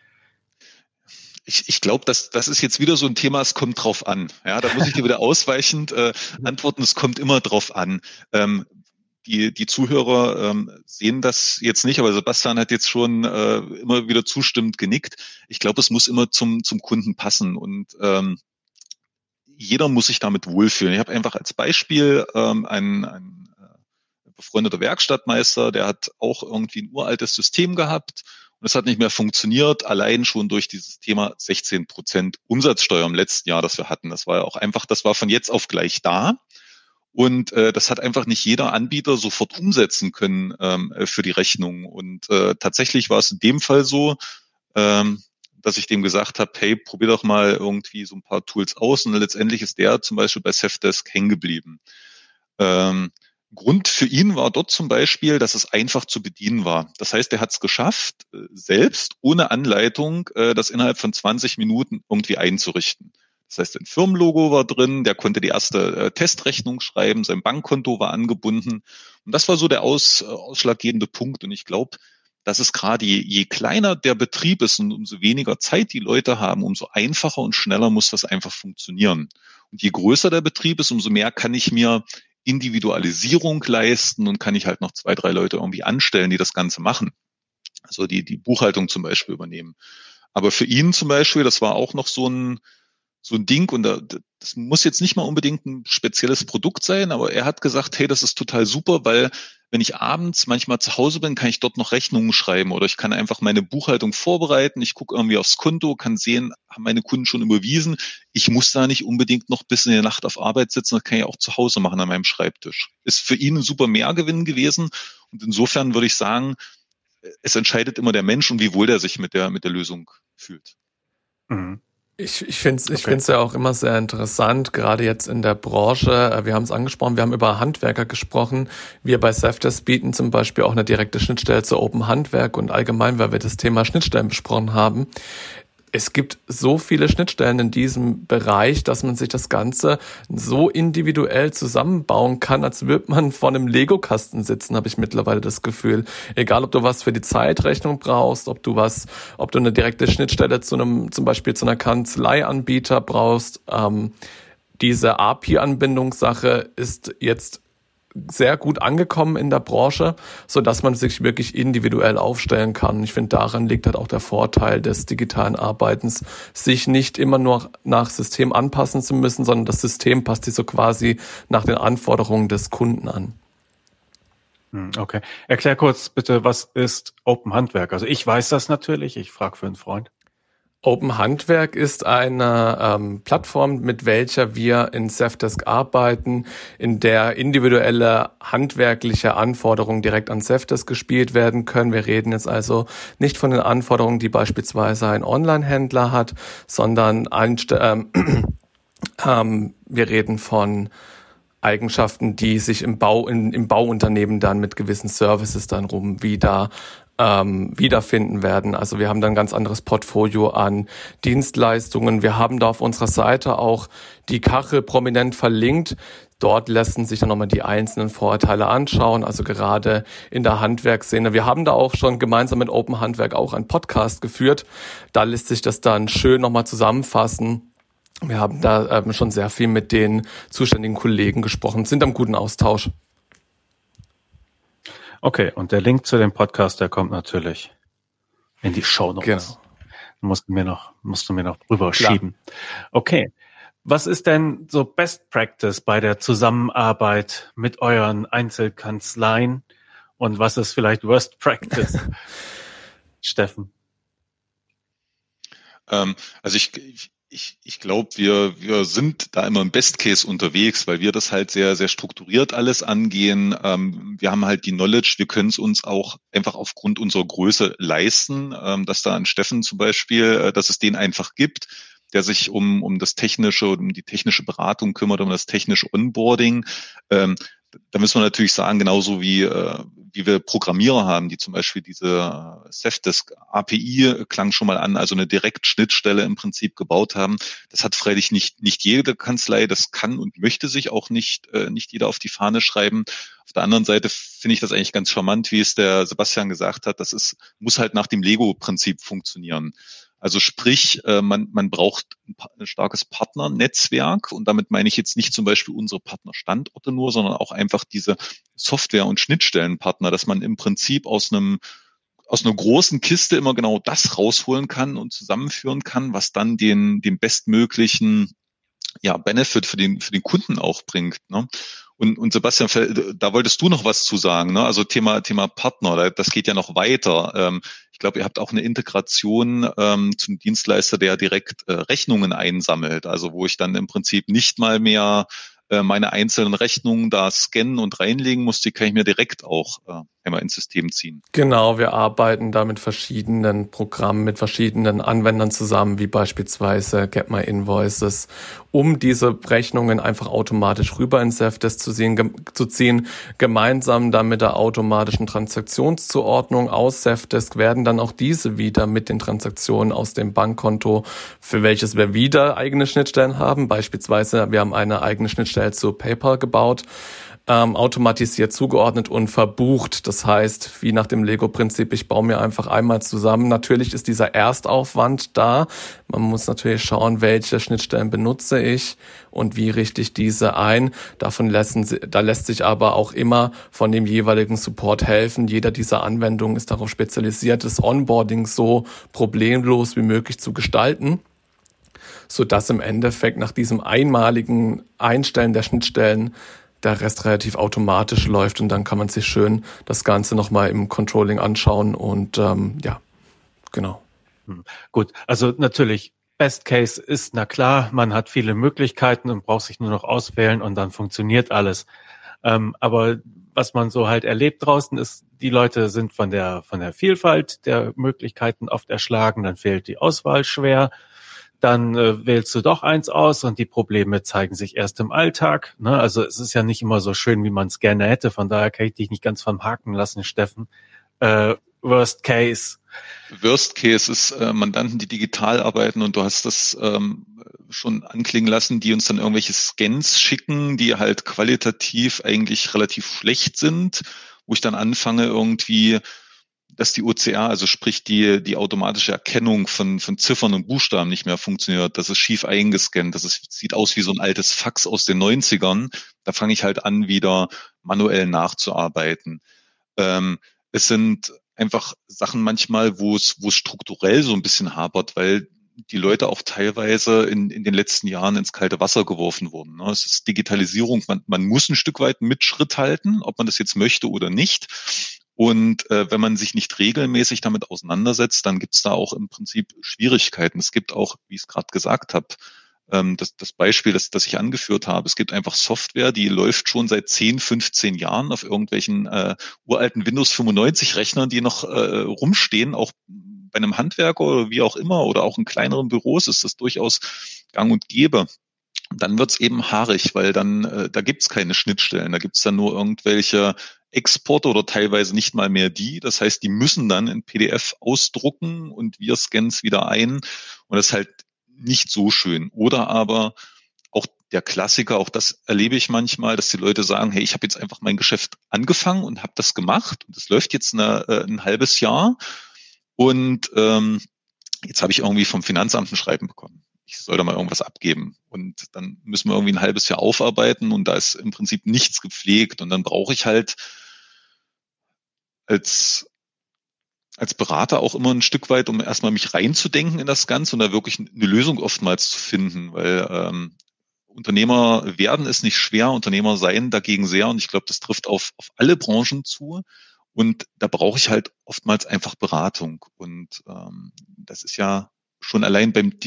Ich glaube, das ist jetzt wieder so ein Thema, es kommt drauf an. Ja, da muss ich dir wieder ausweichend antworten, es kommt immer drauf an. Die Zuhörer sehen das jetzt nicht, aber Sebastian hat jetzt schon immer wieder zustimmend genickt. Ich glaube, es muss immer zum Kunden passen und jeder muss sich damit wohlfühlen. Ich habe einfach als Beispiel einen befreundeter Werkstattmeister, der hat auch irgendwie ein uraltes System gehabt und es hat nicht mehr funktioniert, allein schon durch dieses Thema 16% Umsatzsteuer im letzten Jahr, das wir hatten. Das war ja auch einfach, das war von jetzt auf gleich da. Und das hat einfach nicht jeder Anbieter sofort umsetzen können für die Rechnung. Und tatsächlich war es in dem Fall so, dass ich dem gesagt habe, hey, probier doch mal irgendwie so ein paar Tools aus. Und letztendlich ist der zum Beispiel bei Safdesk hängen geblieben. Grund für ihn war dort zum Beispiel, dass es einfach zu bedienen war. Das heißt, er hat es geschafft, selbst ohne Anleitung das innerhalb von 20 Minuten irgendwie einzurichten. Das heißt, ein Firmenlogo war drin, der konnte die erste Testrechnung schreiben, sein Bankkonto war angebunden. Und das war so der ausschlaggebende Punkt. Und ich glaube, dass es gerade je kleiner der Betrieb ist und umso weniger Zeit die Leute haben, umso einfacher und schneller muss das einfach funktionieren. Und je größer der Betrieb ist, umso mehr kann ich mir Individualisierung leisten und kann ich halt noch 2, 3 Leute irgendwie anstellen, die das Ganze machen. Also die Buchhaltung zum Beispiel übernehmen. Aber für ihn zum Beispiel, das war auch noch so ein Ding und das muss jetzt nicht mal unbedingt ein spezielles Produkt sein, aber er hat gesagt, hey, das ist total super, weil wenn ich abends manchmal zu Hause bin, kann ich dort noch Rechnungen schreiben oder ich kann einfach meine Buchhaltung vorbereiten, ich gucke irgendwie aufs Konto, kann sehen, haben meine Kunden schon überwiesen, ich muss da nicht unbedingt noch bis in die Nacht auf Arbeit sitzen, das kann ich auch zu Hause machen an meinem Schreibtisch. Ist für ihn ein super Mehrgewinn gewesen und insofern würde ich sagen, es entscheidet immer der Mensch und wie wohl der sich mit der Lösung fühlt. Mhm. Ich find's ja auch immer sehr interessant, gerade jetzt in der Branche. Wir haben es angesprochen, wir haben über Handwerker gesprochen. Wir bei Safdesk bieten zum Beispiel auch eine direkte Schnittstelle zu Open Handwerk und allgemein, weil wir das Thema Schnittstellen besprochen haben. Es gibt so viele Schnittstellen in diesem Bereich, dass man sich das Ganze so individuell zusammenbauen kann, als würde man vor einem Lego-Kasten sitzen, habe ich mittlerweile das Gefühl. Egal, ob du was für die Zeitrechnung brauchst, ob du eine direkte Schnittstelle zum Beispiel zu einer Kanzleianbieter brauchst. Diese API-Anbindungssache ist jetzt sehr gut angekommen in der Branche, so dass man sich wirklich individuell aufstellen kann. Ich finde, daran liegt halt auch der Vorteil des digitalen Arbeitens, sich nicht immer nur nach System anpassen zu müssen, sondern das System passt sich so quasi nach den Anforderungen des Kunden an. Okay. Erklär kurz bitte, was ist Open Handwerk? Also ich weiß das natürlich, ich frage für einen Freund. Open Handwerk ist eine Plattform, mit welcher wir in Safdesk arbeiten, in der individuelle handwerkliche Anforderungen direkt an Safdesk gespielt werden können. Wir reden jetzt also nicht von den Anforderungen, die beispielsweise ein Online-Händler hat, sondern wir reden von Eigenschaften, die sich im Bauunternehmen dann mit gewissen Services dann wieder wiederfinden werden. Also wir haben dann ein ganz anderes Portfolio an Dienstleistungen. Wir haben da auf unserer Seite auch die Kachel prominent verlinkt. Dort lassen sich dann nochmal die einzelnen Vorteile anschauen, also gerade in der Handwerksszene. Wir haben da auch schon gemeinsam mit Open Handwerk auch einen Podcast geführt. Da lässt sich das dann schön nochmal zusammenfassen. Wir haben da schon sehr viel mit den zuständigen Kollegen gesprochen, sind am guten Austausch. Okay, und der Link zu dem Podcast, der kommt natürlich in die Shownotes. Genau. Musst du mir noch drüber schieben. Okay. Was ist denn so Best Practice bei der Zusammenarbeit mit euren Einzelkanzleien? Und was ist vielleicht Worst Practice? Steffen? Also ich glaube, wir sind da immer im Best Case unterwegs, weil wir das halt sehr, sehr strukturiert alles angehen. Wir haben halt die Knowledge, wir können es uns auch einfach aufgrund unserer Größe leisten, dass da ein Steffen zum Beispiel, dass es den einfach gibt, der sich um das technische, um die technische Beratung kümmert, um das technische Onboarding. Da müssen wir natürlich sagen, genauso wie wir Programmierer haben, die zum Beispiel diese Safdesk API klang schon mal an, also eine Direktschnittstelle im Prinzip gebaut haben. Das hat freilich nicht jede Kanzlei, das kann und möchte sich auch nicht jeder auf die Fahne schreiben. Auf der anderen Seite finde ich das eigentlich ganz charmant, wie es der Sebastian gesagt hat, muss halt nach dem Lego-Prinzip funktionieren. Also sprich, man braucht ein starkes Partnernetzwerk und damit meine ich jetzt nicht zum Beispiel unsere Partnerstandorte nur, sondern auch einfach diese Software- und Schnittstellenpartner, dass man im Prinzip aus einer großen Kiste immer genau das rausholen kann und zusammenführen kann, was dann den bestmöglichen Benefit für den Kunden auch bringt, ne? Und Sebastian, da wolltest du noch was zu sagen, ne? Also Thema Partner, das geht ja noch weiter. Ich glaube, ihr habt auch eine Integration zum Dienstleister, der direkt Rechnungen einsammelt, also wo ich dann im Prinzip nicht mal mehr meine einzelnen Rechnungen da scannen und reinlegen muss, die kann ich mir direkt auch einmal ins System ziehen. Genau, wir arbeiten da mit verschiedenen Programmen, mit verschiedenen Anwendern zusammen, wie beispielsweise Get My Invoices, um diese Rechnungen einfach automatisch rüber in Safdesk zu ziehen. Gemeinsam dann mit der automatischen Transaktionszuordnung aus Safdesk werden dann auch diese wieder mit den Transaktionen aus dem Bankkonto, für welches wir wieder eigene Schnittstellen haben. Beispielsweise, wir haben eine eigene Schnittstelle zu PayPal gebaut, automatisiert zugeordnet und verbucht. Das heißt, wie nach dem Lego-Prinzip, ich baue mir einfach einmal zusammen. Natürlich ist dieser Erstaufwand da. Man muss natürlich schauen, welche Schnittstellen benutze ich und wie richte ich diese ein. Da lässt sich aber auch immer von dem jeweiligen Support helfen. Jeder dieser Anwendungen ist darauf spezialisiert, das Onboarding so problemlos wie möglich zu gestalten, sodass im Endeffekt nach diesem einmaligen Einstellen der Schnittstellen der Rest relativ automatisch läuft und dann kann man sich schön das Ganze nochmal im Controlling anschauen und genau. Gut, also natürlich, Best Case ist, na klar, man hat viele Möglichkeiten und braucht sich nur noch auswählen und dann funktioniert alles. Aber was man so halt erlebt draußen ist, die Leute sind von der Vielfalt der Möglichkeiten oft erschlagen, dann fehlt die Auswahl schwer. Dann wählst du doch eins aus und die Probleme zeigen sich erst im Alltag. Ne? Also es ist ja nicht immer so schön, wie man es gerne hätte. Von daher kann ich dich nicht ganz vom Haken lassen, Steffen. Worst Case. Worst Case ist Mandanten, die digital arbeiten und du hast das schon anklingen lassen, die uns dann irgendwelche Scans schicken, die halt qualitativ eigentlich relativ schlecht sind, wo ich dann anfange irgendwie, dass die OCR, also sprich die automatische Erkennung von Ziffern und Buchstaben nicht mehr funktioniert. Das ist schief eingescannt. Sieht aus wie so ein altes Fax aus den 90ern. Da fange ich halt an, wieder manuell nachzuarbeiten. Es sind einfach Sachen manchmal, wo es strukturell so ein bisschen hapert, weil die Leute auch teilweise in den letzten Jahren ins kalte Wasser geworfen wurden. Es ist Digitalisierung. Man muss ein Stück weit mit Schritt halten, ob man das jetzt möchte oder nicht. Und wenn man sich nicht regelmäßig damit auseinandersetzt, dann gibt es da auch im Prinzip Schwierigkeiten. Es gibt auch, wie ich es gerade gesagt habe, das Beispiel, das ich angeführt habe. Es gibt einfach Software, die läuft schon seit 10, 15 Jahren auf irgendwelchen uralten Windows 95 Rechnern, die noch rumstehen, auch bei einem Handwerker oder wie auch immer oder auch in kleineren Büros ist das durchaus gang und gäbe. dann wird's eben haarig, weil dann da gibt's keine Schnittstellen, da gibt's dann nur irgendwelche Exporte oder teilweise nicht mal mehr die. Das heißt, die müssen dann in PDF ausdrucken und wir scannen es wieder ein und das ist halt nicht so schön. Oder aber auch der Klassiker, auch das erlebe ich manchmal, dass die Leute sagen, hey, ich habe jetzt einfach mein Geschäft angefangen und habe das gemacht und das läuft jetzt ein halbes Jahr und jetzt habe ich irgendwie vom Finanzamt ein Schreiben bekommen. Ich soll da mal irgendwas abgeben. Und dann müssen wir irgendwie ein halbes Jahr aufarbeiten und da ist im Prinzip nichts gepflegt. Und dann brauche ich halt als Berater auch immer ein Stück weit, um erstmal mich reinzudenken in das Ganze und da wirklich eine Lösung oftmals zu finden, weil Unternehmer werden es nicht schwer, Unternehmer seien dagegen sehr und ich glaube, das trifft auf alle Branchen zu und da brauche ich halt oftmals einfach Beratung und das ist ja schon allein bei den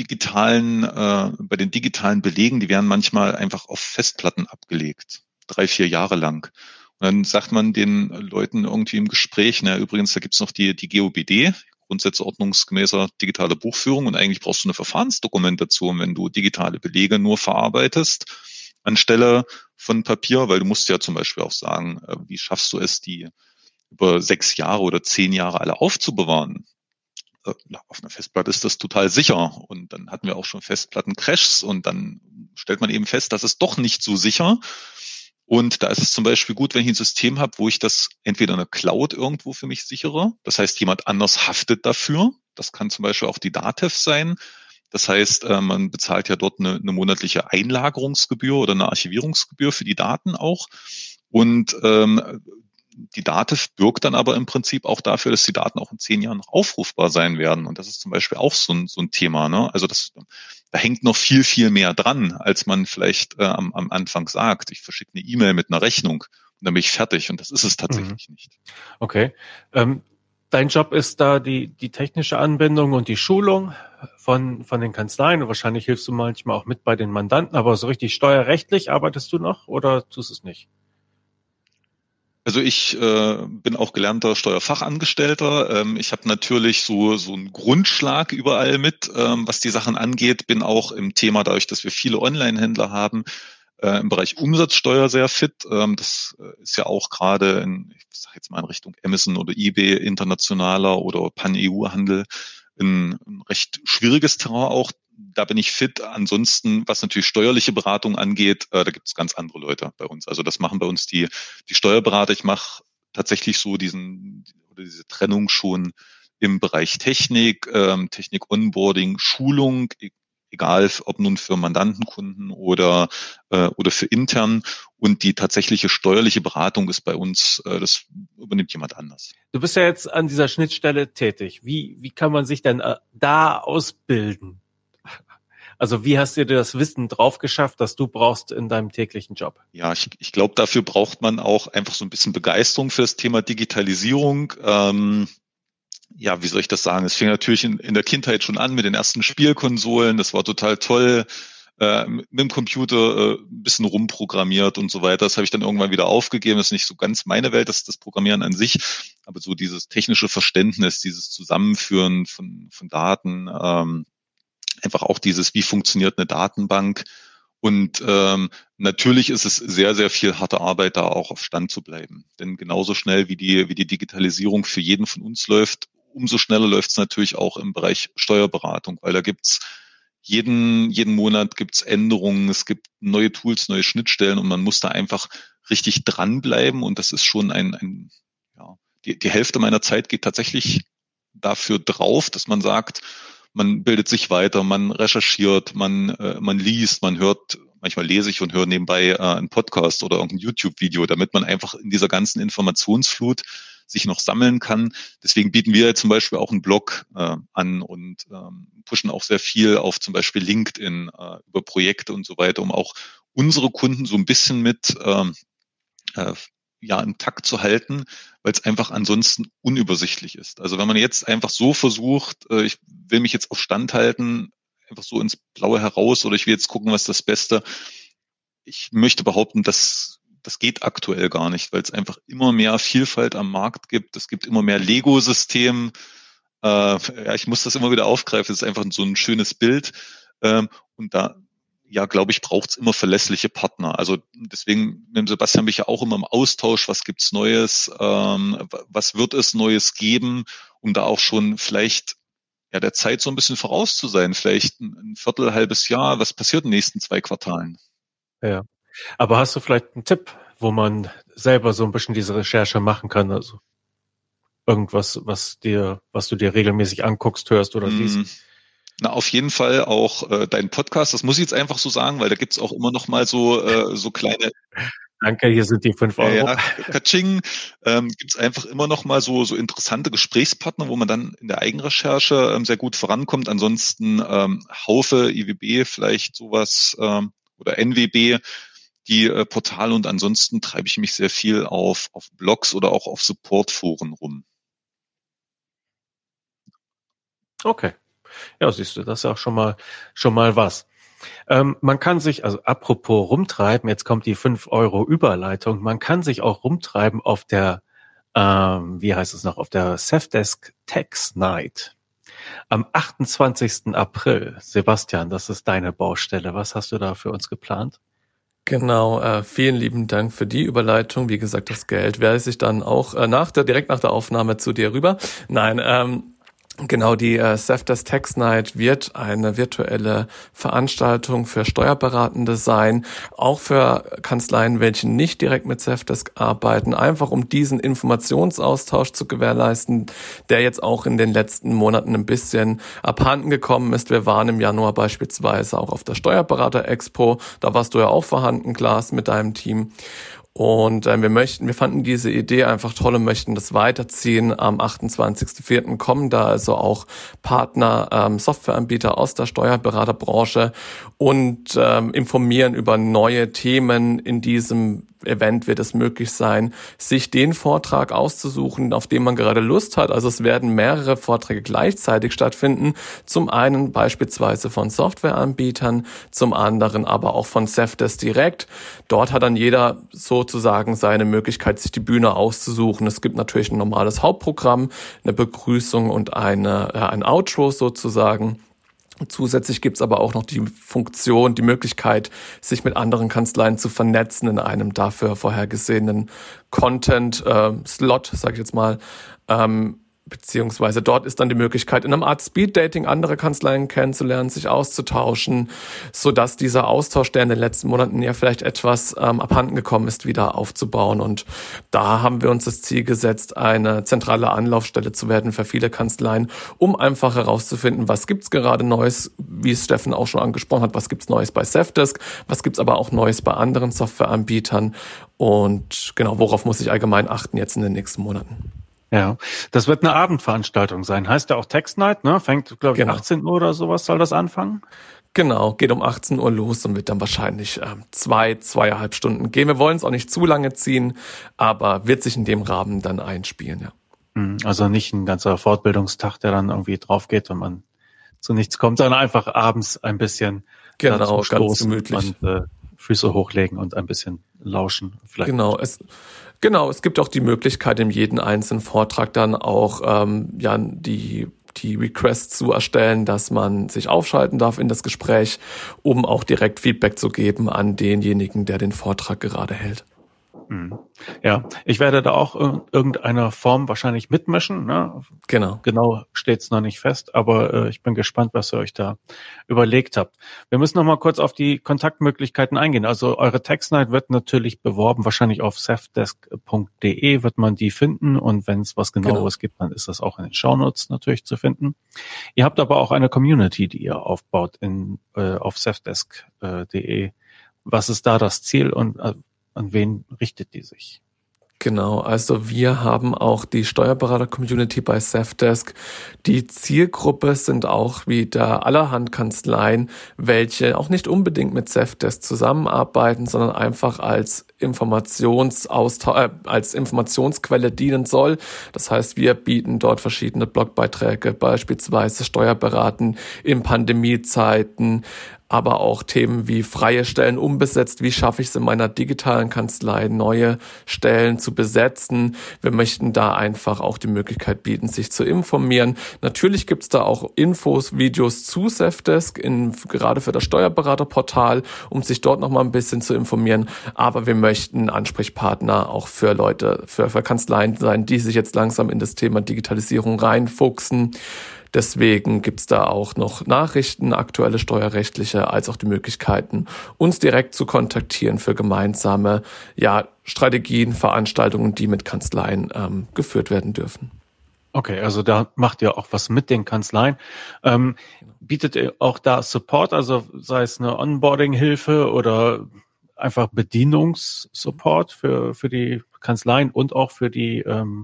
digitalen Belegen, die werden manchmal einfach auf Festplatten abgelegt, 3-4 Jahre lang. Und dann sagt man den Leuten irgendwie im Gespräch, na übrigens, da gibt's noch die GOBD, Grundsätze ordnungsgemäßer digitale Buchführung und eigentlich brauchst du eine Verfahrensdokumentation, wenn du digitale Belege nur verarbeitest, anstelle von Papier, weil du musst ja zum Beispiel auch sagen, wie schaffst du es, die über 6 Jahre oder 10 Jahre alle aufzubewahren? Auf einer Festplatte ist das total sicher und dann hatten wir auch schon Festplatten-Crashs und dann stellt man eben fest, das ist doch nicht so sicher. Und da ist es zum Beispiel gut, wenn ich ein System habe, wo ich das entweder in der Cloud irgendwo für mich sichere. Das heißt, jemand anders haftet dafür. Das kann zum Beispiel auch die DATEV sein. Das heißt, man bezahlt ja dort eine monatliche Einlagerungsgebühr oder eine Archivierungsgebühr für die Daten auch. Und die DATEV bürgt dann aber im Prinzip auch dafür, dass die Daten auch in 10 Jahren noch aufrufbar sein werden. Und das ist zum Beispiel auch so ein Thema. Ne? Also da hängt noch viel, viel mehr dran, als man vielleicht am Anfang sagt. Ich verschicke eine E-Mail mit einer Rechnung und dann bin ich fertig. Und das ist es tatsächlich nicht. Okay. Dein Job ist da die technische Anbindung und die Schulung von den Kanzleien. Und wahrscheinlich hilfst du manchmal auch mit bei den Mandanten. Aber so richtig steuerrechtlich arbeitest du noch oder tust es nicht? Also ich bin auch gelernter Steuerfachangestellter. Ich habe natürlich so einen Grundschlag überall mit, was die Sachen angeht. Bin auch im Thema, dadurch, dass wir viele Online-Händler haben, im Bereich Umsatzsteuer sehr fit. Das ist ja auch gerade ich sage jetzt mal in Richtung Amazon oder eBay internationaler oder Pan-EU-Handel ein recht schwieriges Terrain auch. Da bin ich fit. Ansonsten, was natürlich steuerliche Beratung angeht, da gibt es ganz andere Leute bei uns. Also das machen bei uns die Steuerberater. Ich mache tatsächlich so diese Trennung schon im Bereich Technik, Technik Onboarding, Schulung, egal ob nun für Mandantenkunden oder für intern. Und die tatsächliche steuerliche Beratung ist bei uns, das übernimmt jemand anders. Du bist ja jetzt an dieser Schnittstelle tätig. Wie kann man sich denn da ausbilden? Also wie hast du dir das Wissen drauf geschafft, das du brauchst in deinem täglichen Job? Ja, ich glaube, dafür braucht man auch einfach so ein bisschen Begeisterung für das Thema Digitalisierung. Ja, wie soll ich das sagen? Es fing natürlich in der Kindheit schon an mit den ersten Spielkonsolen. Das war total toll. Mit dem Computer ein bisschen rumprogrammiert und so weiter. Das habe ich dann irgendwann wieder aufgegeben. Das ist nicht so ganz meine Welt, das Programmieren an sich. Aber so dieses technische Verständnis, dieses Zusammenführen von Daten, einfach auch dieses, wie funktioniert eine Datenbank. Und natürlich ist es sehr, sehr viel harte Arbeit, da auch auf Stand zu bleiben. Denn genauso schnell wie die Digitalisierung für jeden von uns läuft, umso schneller läuft es natürlich auch im Bereich Steuerberatung, weil da gibt's jeden Monat gibt's Änderungen, es gibt neue Tools, neue Schnittstellen und man muss da einfach richtig dranbleiben. Und das ist schon die Hälfte meiner Zeit geht tatsächlich dafür drauf, dass man sagt, man bildet sich weiter, man recherchiert, man liest, man hört, manchmal lese ich und höre nebenbei einen Podcast oder irgendein YouTube-Video, damit man einfach in dieser ganzen Informationsflut sich noch sammeln kann. Deswegen bieten wir zum Beispiel auch einen Blog an und pushen auch sehr viel auf zum Beispiel LinkedIn über Projekte und so weiter, um auch unsere Kunden so ein bisschen mit im Takt zu halten, weil es einfach ansonsten unübersichtlich ist. Also wenn man jetzt einfach so versucht, ich will mich jetzt auf Stand halten, einfach so ins Blaue heraus oder ich will jetzt gucken, was das Beste. Ich möchte behaupten, das geht aktuell gar nicht, weil es einfach immer mehr Vielfalt am Markt gibt. Es gibt immer mehr Lego-Systeme. Ich muss das immer wieder aufgreifen. Das ist einfach so ein schönes Bild. Und da ja, glaube ich, braucht es immer verlässliche Partner. Also deswegen mit dem Sebastian bin ich ja auch immer im Austausch, was gibt's Neues, was wird es Neues geben, um da auch schon vielleicht ja der Zeit so ein bisschen voraus zu sein, vielleicht ein Viertel, halbes Jahr, was passiert in den nächsten 2 Quartalen. Ja. Aber hast du vielleicht einen Tipp, wo man selber so ein bisschen diese Recherche machen kann? Also irgendwas, was du dir regelmäßig anguckst, hörst oder liest? Na, auf jeden Fall auch dein Podcast, das muss ich jetzt einfach so sagen, weil da gibt's auch immer noch mal so kleine Danke, hier sind die 5 Euro. ja, Katsching, gibt's einfach immer noch mal so interessante Gesprächspartner, wo man dann in der Eigenrecherche sehr gut vorankommt. Ansonsten Haufe, IWB, vielleicht sowas oder NWB, die Portale, und ansonsten treibe ich mich sehr viel auf Blogs oder auch auf Supportforen rum. Okay. Ja, siehst du, das ist auch schon mal was. Man kann sich, also apropos rumtreiben, jetzt kommt die 5 Euro Überleitung, man kann sich auch rumtreiben auf der, wie heißt es noch, auf der Safdesk Tax Night. Am 28. April. Sebastian, das ist deine Baustelle. Was hast du da für uns geplant? Genau, vielen lieben Dank für die Überleitung. Wie gesagt, das Geld werde ich dann auch direkt nach der Aufnahme zu dir rüber. Nein, genau, die Safdesk Tax Night wird eine virtuelle Veranstaltung für Steuerberatende sein, auch für Kanzleien, welche nicht direkt mit Safdesk arbeiten, einfach um diesen Informationsaustausch zu gewährleisten, der jetzt auch in den letzten Monaten ein bisschen abhanden gekommen ist. Wir waren im Januar beispielsweise auch auf der Steuerberater Expo, da warst du ja auch vorhanden, Klaas, mit deinem Team. Und wir fanden diese Idee einfach toll und möchten das weiterziehen. Am 28.04. kommen da also auch Partner, Softwareanbieter aus der Steuerberaterbranche und informieren über neue Themen. In diesem Event wird es möglich sein, sich den Vortrag auszusuchen, auf den man gerade Lust hat. Also es werden mehrere Vorträge gleichzeitig stattfinden. Zum einen beispielsweise von Softwareanbietern, zum anderen aber auch von Safdesk direkt. Dort hat dann jeder sozusagen seine Möglichkeit, sich die Bühne auszusuchen. Es gibt natürlich ein normales Hauptprogramm, eine Begrüßung und ein Outro sozusagen. Zusätzlich gibt's aber auch noch die Funktion, die Möglichkeit, sich mit anderen Kanzleien zu vernetzen in einem dafür vorhergesehenen Content-Slot, sage ich jetzt mal. Beziehungsweise dort ist dann die Möglichkeit, in einer Art Speed-Dating andere Kanzleien kennenzulernen, sich auszutauschen, sodass dieser Austausch, der in den letzten Monaten ja vielleicht etwas abhanden gekommen ist, wieder aufzubauen. Und da haben wir uns das Ziel gesetzt, eine zentrale Anlaufstelle zu werden für viele Kanzleien, um einfach herauszufinden, was gibt's gerade Neues, wie es Steffen auch schon angesprochen hat, was gibt's Neues bei Safdesk, was gibt's aber auch Neues bei anderen Softwareanbietern und genau, worauf muss ich allgemein achten jetzt in den nächsten Monaten. Ja, das wird eine Abendveranstaltung sein. Heißt ja auch Tax Night, ne? Fängt, glaube ich, Genau. 18 Uhr oder sowas soll das anfangen? Genau, geht um 18 Uhr los und wird dann wahrscheinlich 2,5 Stunden gehen. Wir wollen es auch nicht zu lange ziehen, aber wird sich in dem Rahmen dann einspielen, ja. Also nicht ein ganzer Fortbildungstag, der dann irgendwie drauf geht und man zu nichts kommt, sondern einfach abends ein bisschen Genau, ganz gemütlich. Und Füße hochlegen und ein bisschen lauschen. Vielleicht. Genau, es gibt auch die Möglichkeit, in jedem einzelnen Vortrag dann auch die Requests zu erstellen, dass man sich aufschalten darf in das Gespräch, um auch direkt Feedback zu geben an denjenigen, der den Vortrag gerade hält. Ja, ich werde da auch in irgendeiner Form wahrscheinlich mitmischen. Ne? Genau steht's noch nicht fest, aber ich bin gespannt, was ihr euch da überlegt habt. Wir müssen noch mal kurz auf die Kontaktmöglichkeiten eingehen. Also eure Tax Night wird natürlich beworben, wahrscheinlich auf safdesk.de wird man die finden und wenn es was Genaueres gibt, dann ist das auch in den Shownotes natürlich zu finden. Ihr habt aber auch eine Community, die ihr aufbaut auf safdesk.de. Was ist da das Ziel und an wen richtet die sich? Genau, also wir haben auch die Steuerberater-Community bei Safdesk. Die Zielgruppe sind auch wieder allerhand Kanzleien, welche auch nicht unbedingt mit Safdesk zusammenarbeiten, sondern einfach als als Informationsquelle dienen soll. Das heißt, wir bieten dort verschiedene Blogbeiträge, beispielsweise Steuerberaten in Pandemiezeiten, aber auch Themen wie freie Stellen unbesetzt. Wie schaffe ich es in meiner digitalen Kanzlei, neue Stellen zu besetzen? Wir möchten da einfach auch die Möglichkeit bieten, sich zu informieren. Natürlich gibt es da auch Infos, Videos zu Safdesk, gerade für das Steuerberaterportal, um sich dort nochmal ein bisschen zu informieren. Aber wir möchten Ansprechpartner auch für Leute, für Kanzleien sein, die sich jetzt langsam in das Thema Digitalisierung reinfuchsen. Deswegen gibt's da auch noch Nachrichten, aktuelle steuerrechtliche, als auch die Möglichkeiten, uns direkt zu kontaktieren für gemeinsame Strategien, Veranstaltungen, die mit Kanzleien geführt werden dürfen. Okay, also da macht ihr auch was mit den Kanzleien. Bietet ihr auch da Support, also sei es eine Onboarding-Hilfe oder einfach Bedienungssupport für die Kanzleien und auch für die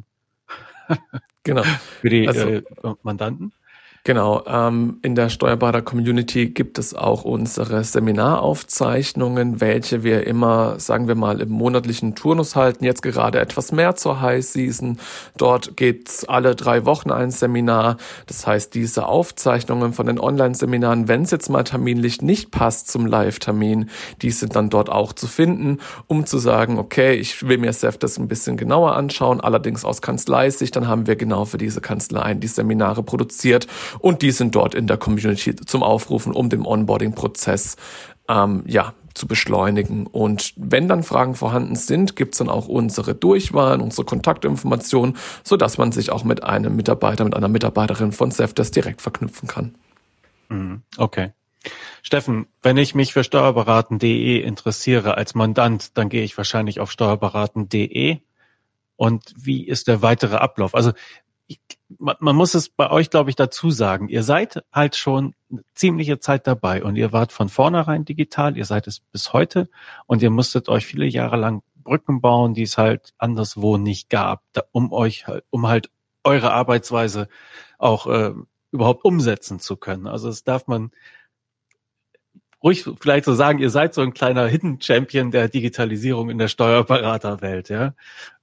genau. für die Mandanten? Genau, in der Steuerberater-Community gibt es auch unsere Seminaraufzeichnungen, welche wir immer, sagen wir mal, im monatlichen Turnus halten. Jetzt gerade etwas mehr zur High Season. Dort geht's alle 3 Wochen ein Seminar. Das heißt, diese Aufzeichnungen von den Online-Seminaren, wenn es jetzt mal terminlich nicht passt zum Live-Termin, die sind dann dort auch zu finden, um zu sagen, okay, ich will mir Safdesk ein bisschen genauer anschauen, allerdings aus Kanzleisicht. Dann haben wir genau für diese Kanzleien die Seminare produziert. Und die sind dort in der Community zum Aufrufen, um den Onboarding-Prozess zu beschleunigen. Und wenn dann Fragen vorhanden sind, gibt's dann auch unsere Durchwahlen, unsere Kontaktinformationen, sodass man sich auch mit einem Mitarbeiter, mit einer Mitarbeiterin von Safdesk direkt verknüpfen kann. Okay. Steffen, wenn ich mich für steuerberaten.de interessiere als Mandant, dann gehe ich wahrscheinlich auf steuerberaten.de. Und wie ist der weitere Ablauf? Also man muss es bei euch, glaube ich, dazu sagen, ihr seid halt schon eine ziemliche Zeit dabei und ihr wart von vornherein digital, ihr seid es bis heute und ihr musstet euch viele Jahre lang Brücken bauen, die es halt anderswo nicht gab, um halt eure Arbeitsweise auch überhaupt umsetzen zu können. Also das darf man ruhig vielleicht so sagen, ihr seid so ein kleiner Hidden Champion der Digitalisierung in der Steuerberaterwelt, ja.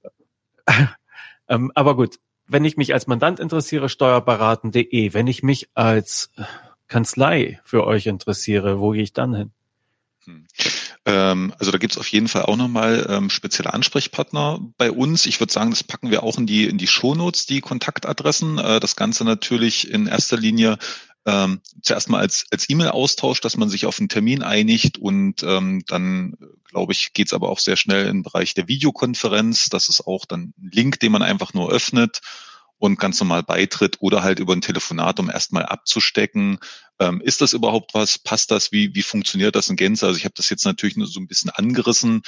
Aber gut. Wenn ich mich als Mandant interessiere, steuerberaten.de. Wenn ich mich als Kanzlei für euch interessiere, wo gehe ich dann hin? Also da gibt's auf jeden Fall auch nochmal spezielle Ansprechpartner bei uns. Ich würde sagen, das packen wir auch in die Shownotes, die Kontaktadressen. Das Ganze natürlich in erster Linie zuerst mal als E-Mail-Austausch, dass man sich auf einen Termin einigt und dann, glaube ich, geht's aber auch sehr schnell im Bereich der Videokonferenz. Das ist auch dann ein Link, den man einfach nur öffnet und ganz normal beitritt oder halt über ein Telefonat, um erstmal abzustecken. Ist das überhaupt was? Passt das? Wie funktioniert das in Gänze? Also ich habe das jetzt natürlich nur so ein bisschen angerissen.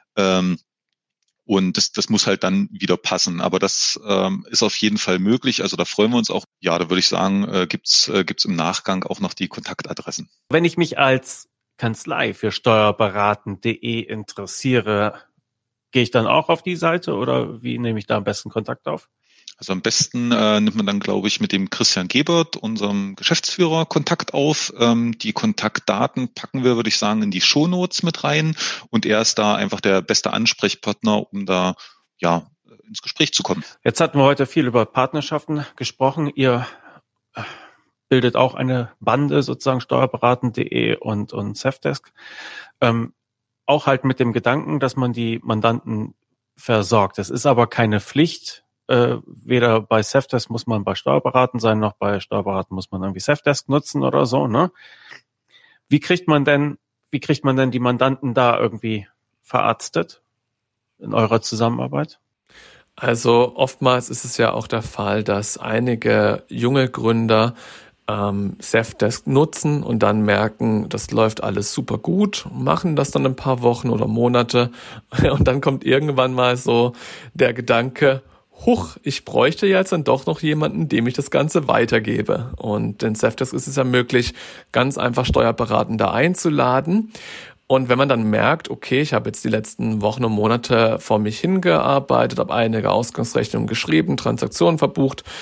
Und das muss halt dann wieder passen. Aber das ist auf jeden Fall möglich. Also da freuen wir uns auch. Ja, da würde ich sagen, gibt's im Nachgang auch noch die Kontaktadressen. Wenn ich mich als Kanzlei für steuerberaten.de interessiere, gehe ich dann auch auf die Seite oder wie nehme ich da am besten Kontakt auf? Also am besten nimmt man dann, glaube ich, mit dem Christian Gebert, unserem Geschäftsführer, Kontakt auf. Die Kontaktdaten packen wir, würde ich sagen, in die Shownotes mit rein. Und er ist da einfach der beste Ansprechpartner, um da ins Gespräch zu kommen. Jetzt hatten wir heute viel über Partnerschaften gesprochen. Ihr bildet auch eine Bande, sozusagen steuerberaten.de und Safdesk. Auch halt mit dem Gedanken, dass man die Mandanten versorgt. Das ist aber keine Pflicht. Weder bei Safdesk muss man bei Steuerberaten sein, noch bei Steuerberaten muss man irgendwie Safdesk nutzen oder so, ne? Wie kriegt man denn die Mandanten da irgendwie verarztet in eurer Zusammenarbeit? Also oftmals ist es ja auch der Fall, dass einige junge Gründer Safdesk nutzen und dann merken, das läuft alles super gut, machen das dann ein paar Wochen oder Monate und dann kommt irgendwann mal so der Gedanke, huch, ich bräuchte jetzt dann doch noch jemanden, dem ich das Ganze weitergebe. Und in Safdesk ist es ja möglich, ganz einfach Steuerberatende einzuladen. Und wenn man dann merkt, okay, ich habe jetzt die letzten Wochen und Monate vor mich hingearbeitet, habe einige Ausgangsrechnungen geschrieben, Transaktionen verbucht,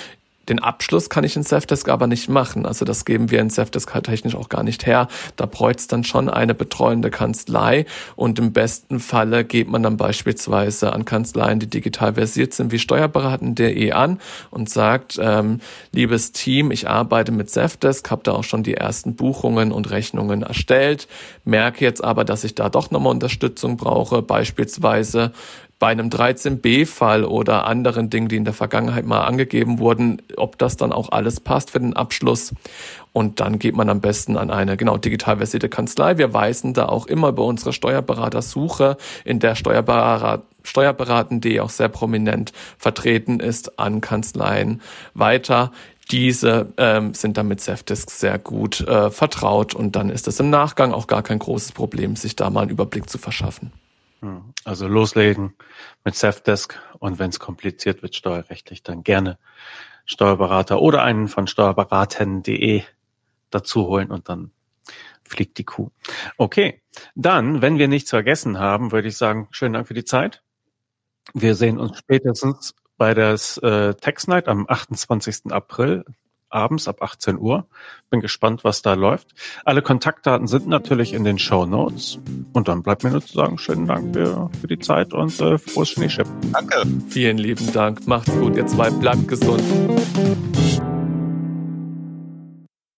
Den Abschluss kann ich in Safdesk aber nicht machen. Also das geben wir in Safdesk halt technisch auch gar nicht her. Da bräuchte es dann schon eine betreuende Kanzlei und im besten Falle geht man dann beispielsweise an Kanzleien, die digital versiert sind, wie steuerberaten.de an und sagt, liebes Team, ich arbeite mit Safdesk, habe da auch schon die ersten Buchungen und Rechnungen erstellt, merke jetzt aber, dass ich da doch nochmal Unterstützung brauche, beispielsweise bei einem 13b-Fall oder anderen Dingen, die in der Vergangenheit mal angegeben wurden, ob das dann auch alles passt für den Abschluss. Und dann geht man am besten an eine digital versierte Kanzlei. Wir weisen da auch immer bei unserer Steuerberatersuche, in der Steuerberaten.de auch sehr prominent vertreten ist, an Kanzleien weiter. Diese sind dann mit Safdesk sehr gut vertraut und dann ist es im Nachgang auch gar kein großes Problem, sich da mal einen Überblick zu verschaffen. Also loslegen mit Safdesk und wenn es kompliziert wird steuerrechtlich, dann gerne Steuerberater oder einen von steuerberaten.de dazu holen und dann fliegt die Kuh. Okay, dann, wenn wir nichts vergessen haben, würde ich sagen, schönen Dank für die Zeit. Wir sehen uns spätestens bei der Tax Night am 28. April abends ab 18 Uhr. Bin gespannt, was da läuft. Alle Kontaktdaten sind natürlich in den Shownotes. Und dann bleibt mir nur zu sagen, schönen Dank für die Zeit und frohes Schneeschippen. Danke. Vielen lieben Dank. Macht's gut, ihr zwei. Bleibt gesund.